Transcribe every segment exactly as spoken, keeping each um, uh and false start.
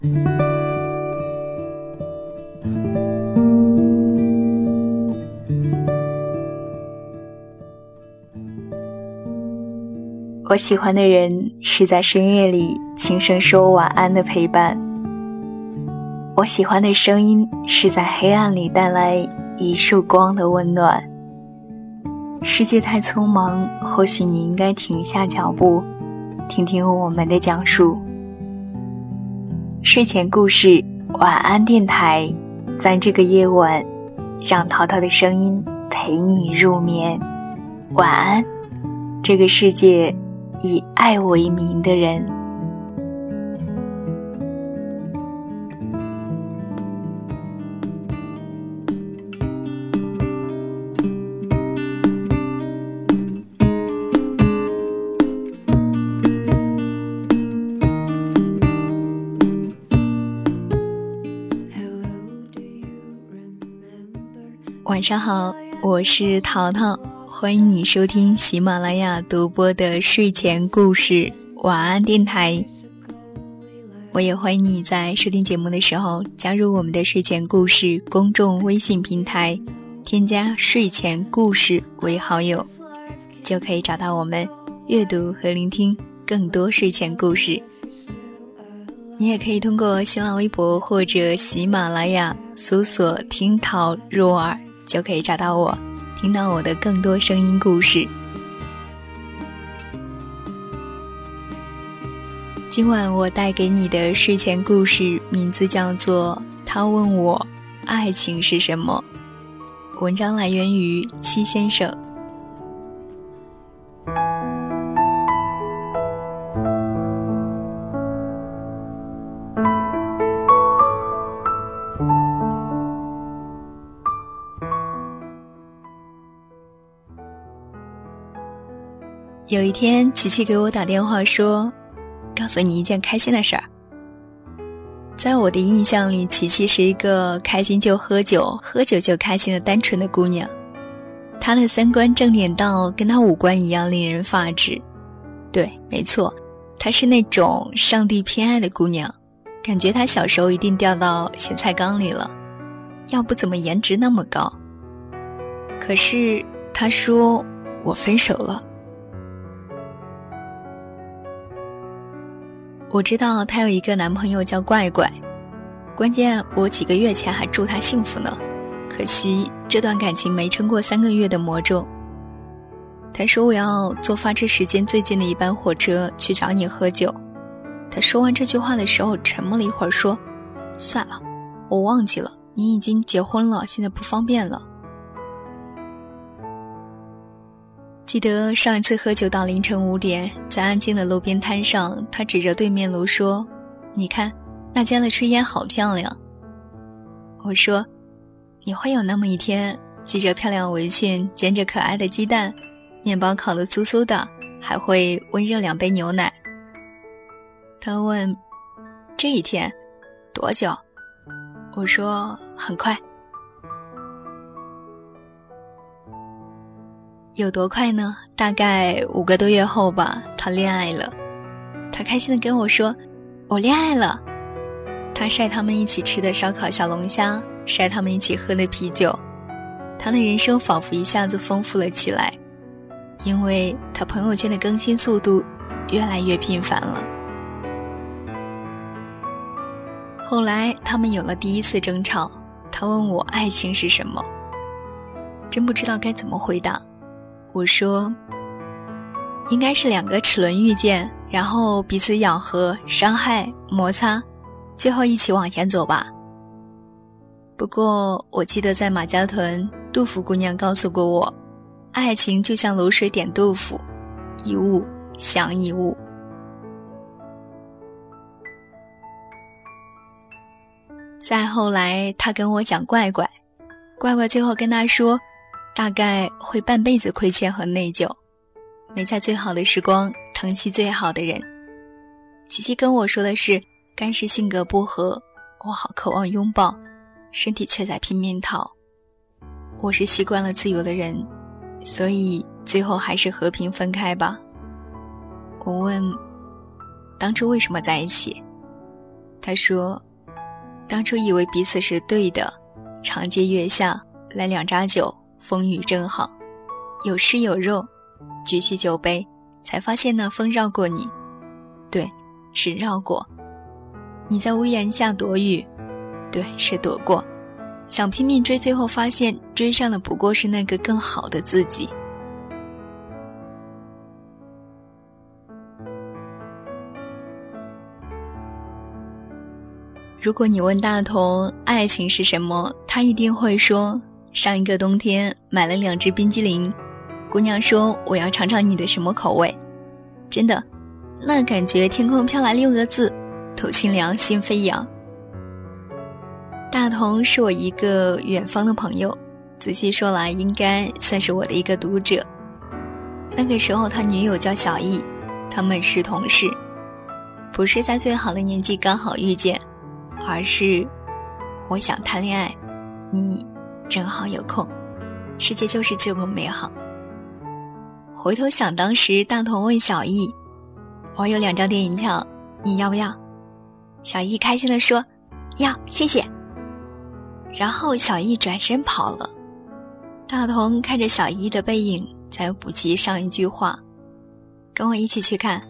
我喜欢的人是在深夜里轻声说晚安的陪伴，我喜欢的声音是在黑暗里带来一束光的温暖。世界太匆忙，或许你应该停下脚步，听听我们的讲述。睡前故事，晚安电台，在这个夜晚，让淘淘的声音陪你入眠。晚安，这个世界以爱为名的人。晚上好，我是淘淘，欢迎你收听喜马拉雅独播的睡前故事晚安电台。我也欢迎你在收听节目的时候加入我们的睡前故事公众微信平台，添加睡前故事为好友，就可以找到我们阅读和聆听更多睡前故事。你也可以通过新浪微博或者喜马拉雅搜索听淘入耳，就可以找到我，听到我的更多声音故事。今晚我带给你的睡前故事名字叫做他问我爱情是什么，文章来源于七先生。有一天，琪琪给我打电话说，告诉你一件开心的事儿。在我的印象里，琪琪是一个开心就喝酒，喝酒就开心的单纯的姑娘。她的三观正点到跟她五官一样令人发指。对，没错，她是那种上帝偏爱的姑娘，感觉她小时候一定掉到咸菜缸里了，要不怎么颜值那么高。可是她说我分手了。我知道她有一个男朋友叫怪怪，关键我几个月前还祝她幸福呢，可惜这段感情没撑过三个月的魔咒。她说我要坐发车时间最近的一班火车去找你喝酒。她说完这句话的时候沉默了一会儿，说算了，我忘记了，你已经结婚了，现在不方便了。记得上一次喝酒到凌晨五点，在安静的路边摊上，他指着对面楼说，你看那家的炊烟好漂亮。我说，你会有那么一天，系着漂亮围裙，煎着可爱的鸡蛋，面包烤得酥酥的，还会温热两杯牛奶。他问，这一天多久？我说，很快。有多快呢？大概五个多月后吧，他恋爱了。他开心地跟我说，我恋爱了。他晒他们一起吃的烧烤小龙虾，晒他们一起喝的啤酒。他的人生仿佛一下子丰富了起来，因为他朋友圈的更新速度越来越频繁了。后来他们有了第一次争吵，他问我爱情是什么，真不知道该怎么回答。我说，应该是两个齿轮遇见，然后彼此咬合、伤害、摩擦，最后一起往前走吧。不过我记得在马家屯，杜甫姑娘告诉过我，爱情就像卤水点豆腐，一物降一物。再后来他跟我讲怪怪，怪怪最后跟他说，大概会半辈子亏欠和内疚，没在最好的时光疼惜最好的人。琪琪跟我说的是，干是性格不合，我好渴望拥抱，身体却在拼命逃。我是习惯了自由的人，所以最后还是和平分开吧。我问，当初为什么在一起？ 他说，当初以为彼此是对的，长街月下来两扎酒，风雨正好，有诗有肉，举起酒杯，才发现那风绕过你。对，是绕过。你在屋檐下躲雨，对，是躲过。想拼命追，最后发现追上的不过是那个更好的自己。如果你问大同爱情是什么，他一定会说，上一个冬天买了两只冰激凌，姑娘说我要尝尝你的什么口味。真的，那感觉天空飘来六个字，头心凉心飞扬。大同是我一个远方的朋友，仔细说来应该算是我的一个读者。那个时候他女友叫小易，他们是同事，不是在最好的年纪刚好遇见，而是我想谈恋爱，你正好有空，世界就是这么美好。回头想当时大同问小易，我有两张电影票，你要不要？小易开心地说，要，谢谢。然后小易转身跑了，大同看着小易的背影，才补齐上一句话，跟我一起去看。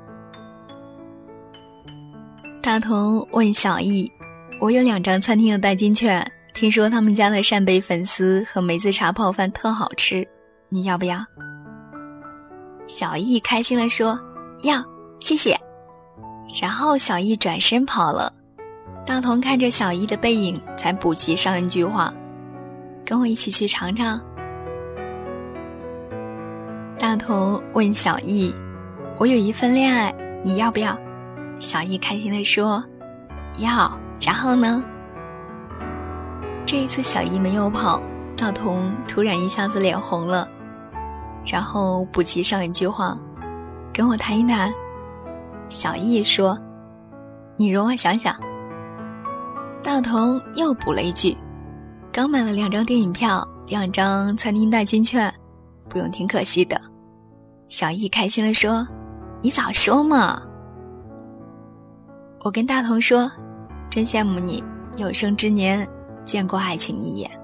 大同问小易，我有两张餐厅的代金券，听说他们家的扇贝粉丝和梅子茶泡饭特好吃，你要不要？小易开心地说，要，谢谢。然后小易转身跑了，大同看着小易的背影，才补齐上一句话，跟我一起去尝尝。大同问小易，我有一份恋爱，你要不要？小易开心地说，要。然后呢？这一次小易没有跑，大同突然一下子脸红了，然后补齐上一句话，跟我谈一谈。小易说，你容我想想。大同又补了一句，刚买了两张电影票，两张餐厅代金券，不用挺可惜的。小易开心地说，你早说嘛。我跟大同说，真羡慕你有生之年见过爱情一眼。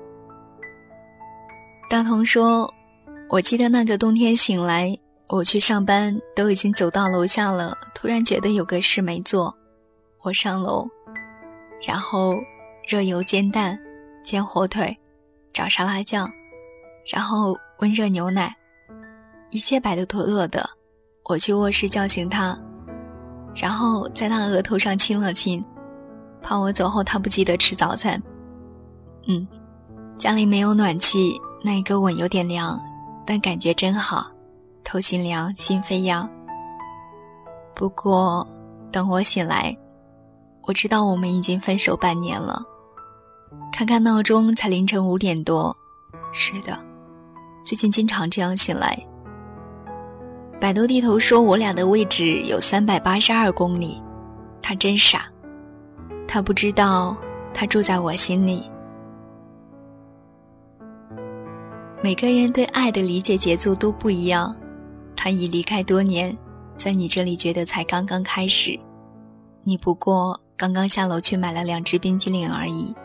大同说，我记得那个冬天醒来，我去上班都已经走到楼下了，突然觉得有个事没做。我上楼，然后热油煎蛋，煎火腿，找沙拉酱，然后温热牛奶，一切摆得妥妥的。我去卧室叫醒他，然后在他额头上亲了亲，怕我走后他不记得吃早餐。嗯，家里没有暖气，那一个吻有点凉，但感觉真好，头心凉心飞扬。不过等我醒来，我知道我们已经分手半年了。看看闹钟才凌晨五点多。是的，最近经常这样醒来。百度地图说我俩的位置有三百八十二公里，他真傻，他不知道他住在我心里。每个人对爱的理解节奏都不一样，他已离开多年，在你这里觉得才刚刚开始，你不过刚刚下楼去买了两只冰激凌而已。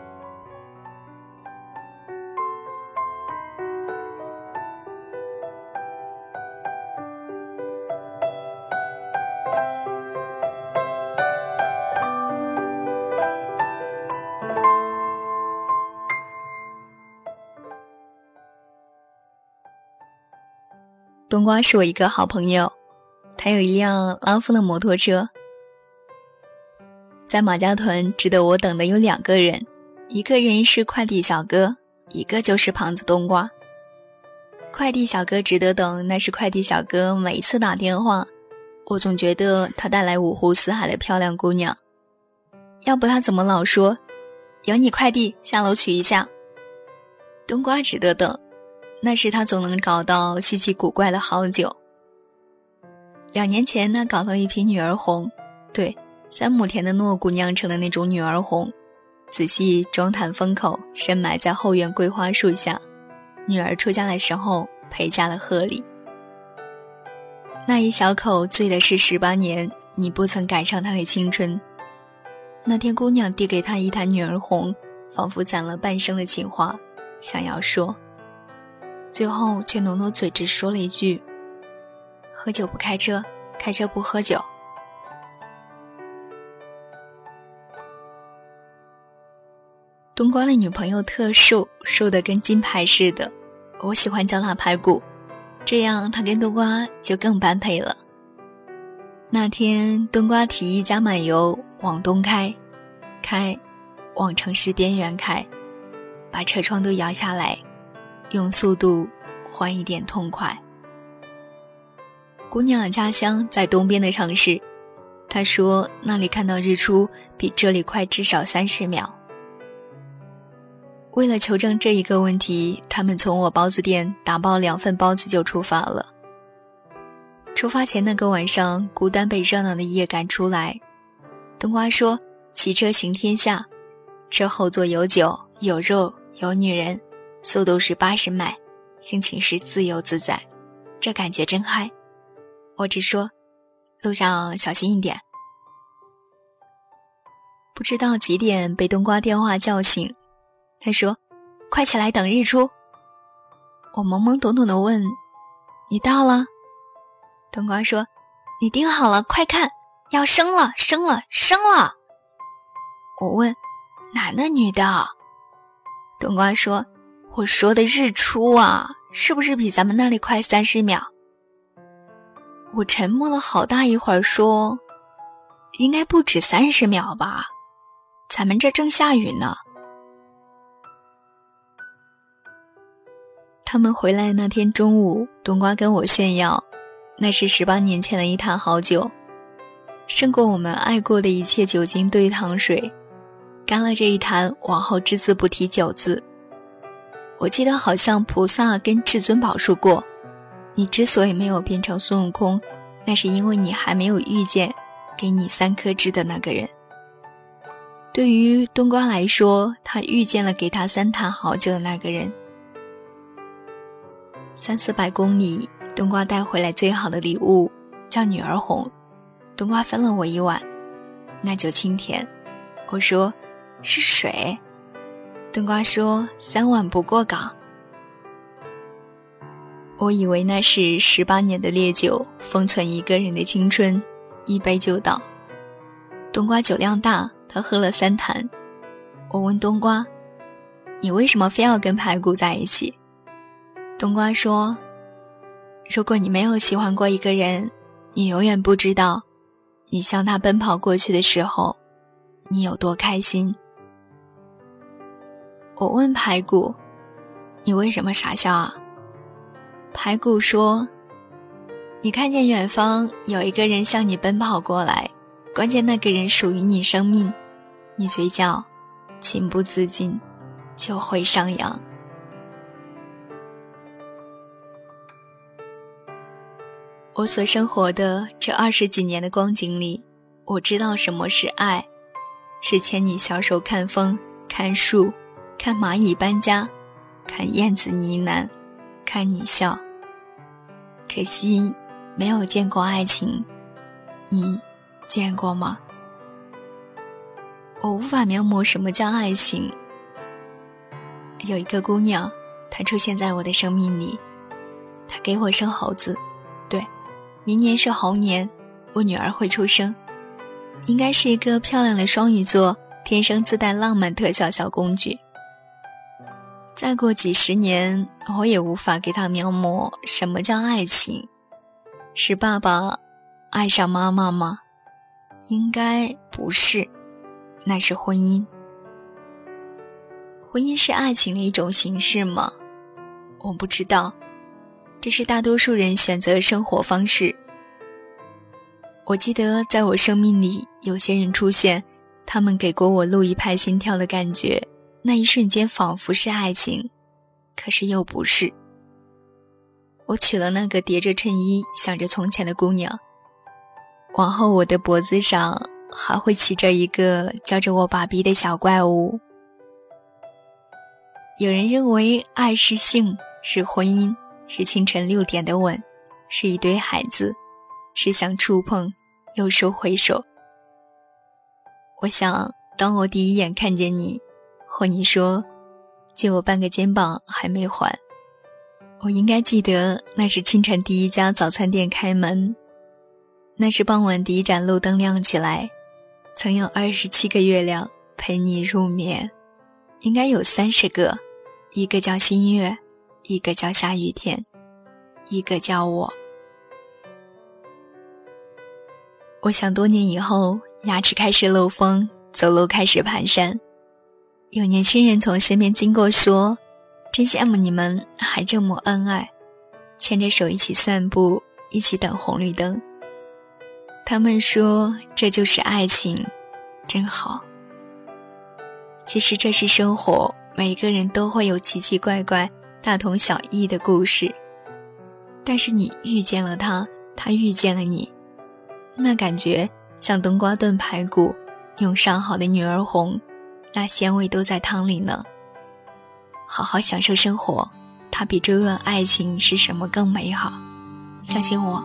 冬瓜是我一个好朋友，他有一辆拉风的摩托车。在马家屯值得我等的有两个人，一个人是快递小哥，一个就是胖子冬瓜。快递小哥值得等，那是快递小哥每一次打电话，我总觉得他带来五湖四海的漂亮姑娘，要不他怎么老说有你快递下楼取一下。冬瓜值得等，那时他总能搞到稀奇古怪的好酒。两年前他搞到一批女儿红，对，三亩田的糯谷酿成的那种女儿红，仔细装坛封口，深埋在后院桂花树下，女儿出嫁的时候陪嫁了贺礼。那一小口醉的是十八年，你不曾赶上他的青春。 那天姑娘递给他一坛女儿红，仿佛攒了半生的情话，想要说，最后却努努嘴只说了一句，喝酒不开车，开车不喝酒。冬瓜的女朋友特瘦，瘦得跟金牌似的，我喜欢叫她排骨，这样她跟冬瓜就更般配了。那天冬瓜提议加满油往东开，开往城市边缘开，把车窗都摇下来，用速度换一点痛快。姑娘的家乡在东边的城市，她说那里看到日出比这里快至少三十秒。为了求证这一个问题，他们从我包子店打包两份包子就出发了。出发前那个晚上，孤单被热闹的夜赶出来。冬瓜说骑车行天下，车后座有酒有肉有女人，速度是八十迈，心情是自由自在，这感觉真嗨。我只说路上小心一点。不知道几点被冬瓜电话叫醒，他说快起来等日出。我懵懵懂懂地问，你到了？冬瓜说你订好了，快看，要生了生了生了。我问男的女的？冬瓜说我说的日出啊，是不是比咱们那里快三十秒？我沉默了好大一会儿说应该不止三十秒吧，咱们这正下雨呢。他们回来那天中午，冬瓜跟我炫耀，那是十八年前的一坛好酒，胜过我们爱过的一切酒精兑糖水。干了这一坛，往后只字不提酒字。我记得好像菩萨跟至尊宝说过，你之所以没有变成孙悟空，那是因为你还没有遇见给你三颗痣的那个人。对于冬瓜来说，他遇见了给他三坛好酒的那个人。三四百公里，冬瓜带回来最好的礼物叫女儿红，冬瓜分了我一碗，那酒清甜。我说是水，冬瓜说三碗不过岗。我以为那是十八年的烈酒，封存一个人的青春，一杯就倒。冬瓜酒量大，他喝了三坛。我问冬瓜，你为什么非要跟排骨在一起？冬瓜说，如果你没有喜欢过一个人，你永远不知道你向他奔跑过去的时候你有多开心。我问排骨，你为什么傻笑啊？排骨说，你看见远方有一个人向你奔跑过来，关键那个人属于你生命，你嘴角情不自禁就会上扬。我所生活的这二十几年的光景里，我知道什么是爱，是牵你小手看风，看树，看蚂蚁搬家，看燕子呢喃，看你笑。可惜没有见过爱情，你见过吗？我无法描摹什么叫爱情。有一个姑娘，她出现在我的生命里，她给我生猴子，对，明年是猴年，我女儿会出生，应该是一个漂亮的双鱼座，天生自带浪漫特效小公举。再过几十年，我也无法给她描摹什么叫爱情。是爸爸爱上妈妈吗？应该不是，那是婚姻。婚姻是爱情的一种形式吗？我不知道，这是大多数人选择的生活方式。我记得在我生命里有些人出现，他们给过我路一拍心跳的感觉，那一瞬间仿佛是爱情，可是又不是。我娶了那个叠着衬衣想着从前的姑娘，往后我的脖子上还会骑着一个叫着我爸比的小怪物。有人认为爱是性，是婚姻，是清晨六点的吻，是一堆孩子，是想触碰又收回手。 我想当我第一眼看见你，或你说借我半个肩膀还没还，我应该记得那是清晨第一家早餐店开门，那是傍晚第一盏路灯亮起来，曾有二十七个月亮陪你入眠，应该有三十个，一个叫新月，一个叫下雨天，一个叫我。我想多年以后，牙齿开始漏风，走路开始蹒跚，有年轻人从身边经过说，真羡慕你们还这么恩爱，牵着手一起散步，一起等红绿灯。他们说这就是爱情，真好。其实这是生活，每个人都会有奇奇怪怪大同小异的故事，但是你遇见了他，他遇见了你，那感觉像冬瓜炖排骨，用上好的女儿红，那鲜味都在汤里呢。好好享受生活，它比追问爱情是什么更美好，相信我。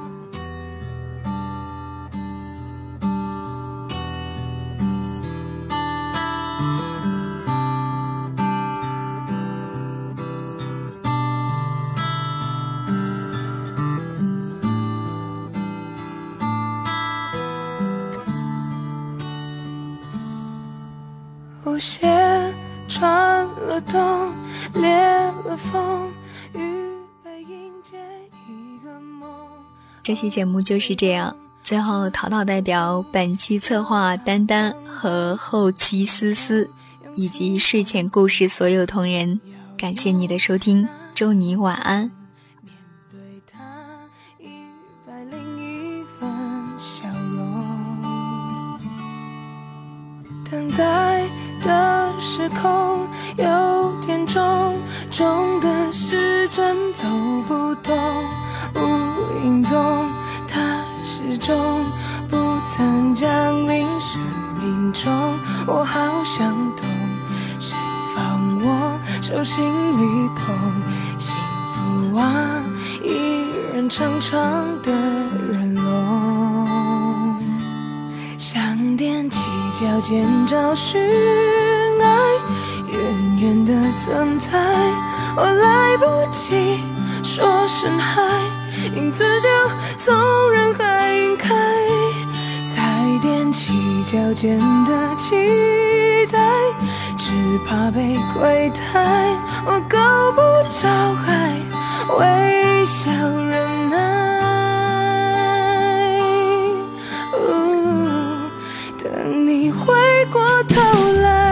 舞鞋穿了冬，裂了缝，预备迎接一个梦。 这期节目就是这样，最后淘淘代表本期策划丹丹和后期思思以及睡前故事所有同仁，感谢你的收听，祝你晚安。 面对他一百零一分笑容，等待的时空有点重，重的时针走不动，无影踪，它始终不曾降临生命中。我好想懂，谁放我手心里捧，幸福啊，一人长长的人龙，想踮起脚尖找寻爱，远远的存在，我来不及说声嗨，影子就从人海晕开，才踮起脚尖的期待，只怕被亏待，我够不着海，微笑忍耐，哦，等你回过头来。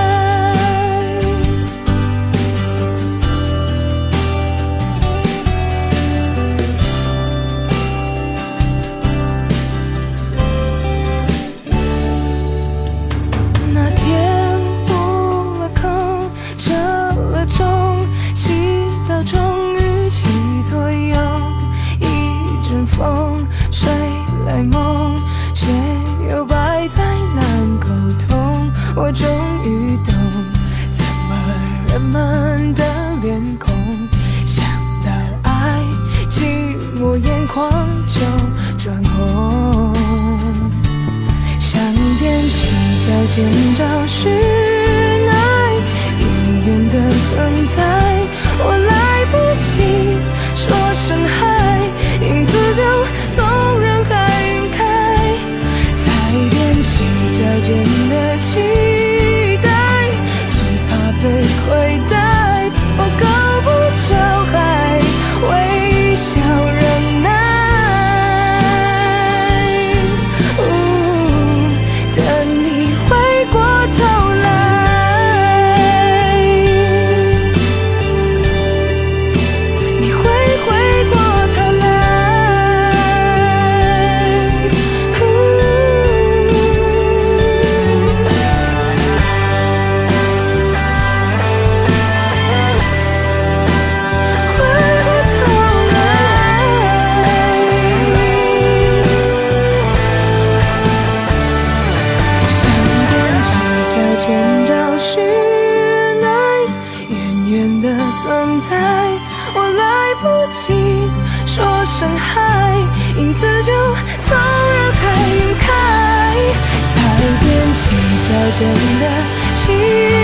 那天悟了空，折了中，祈祷终于起作用，一阵风吹来梦，却又摆在难沟通。我终于懂，怎么人们的脸孔，想到爱，寂寞眼眶就转红，想踮起脚尖找寻爱，远远的存在，我来不及说声嗨，影子就从人海晕开，才踮起脚尖的期待，只怕被亏待，我够不着海，微笑忍耐，哦，等你回过头来。 真的心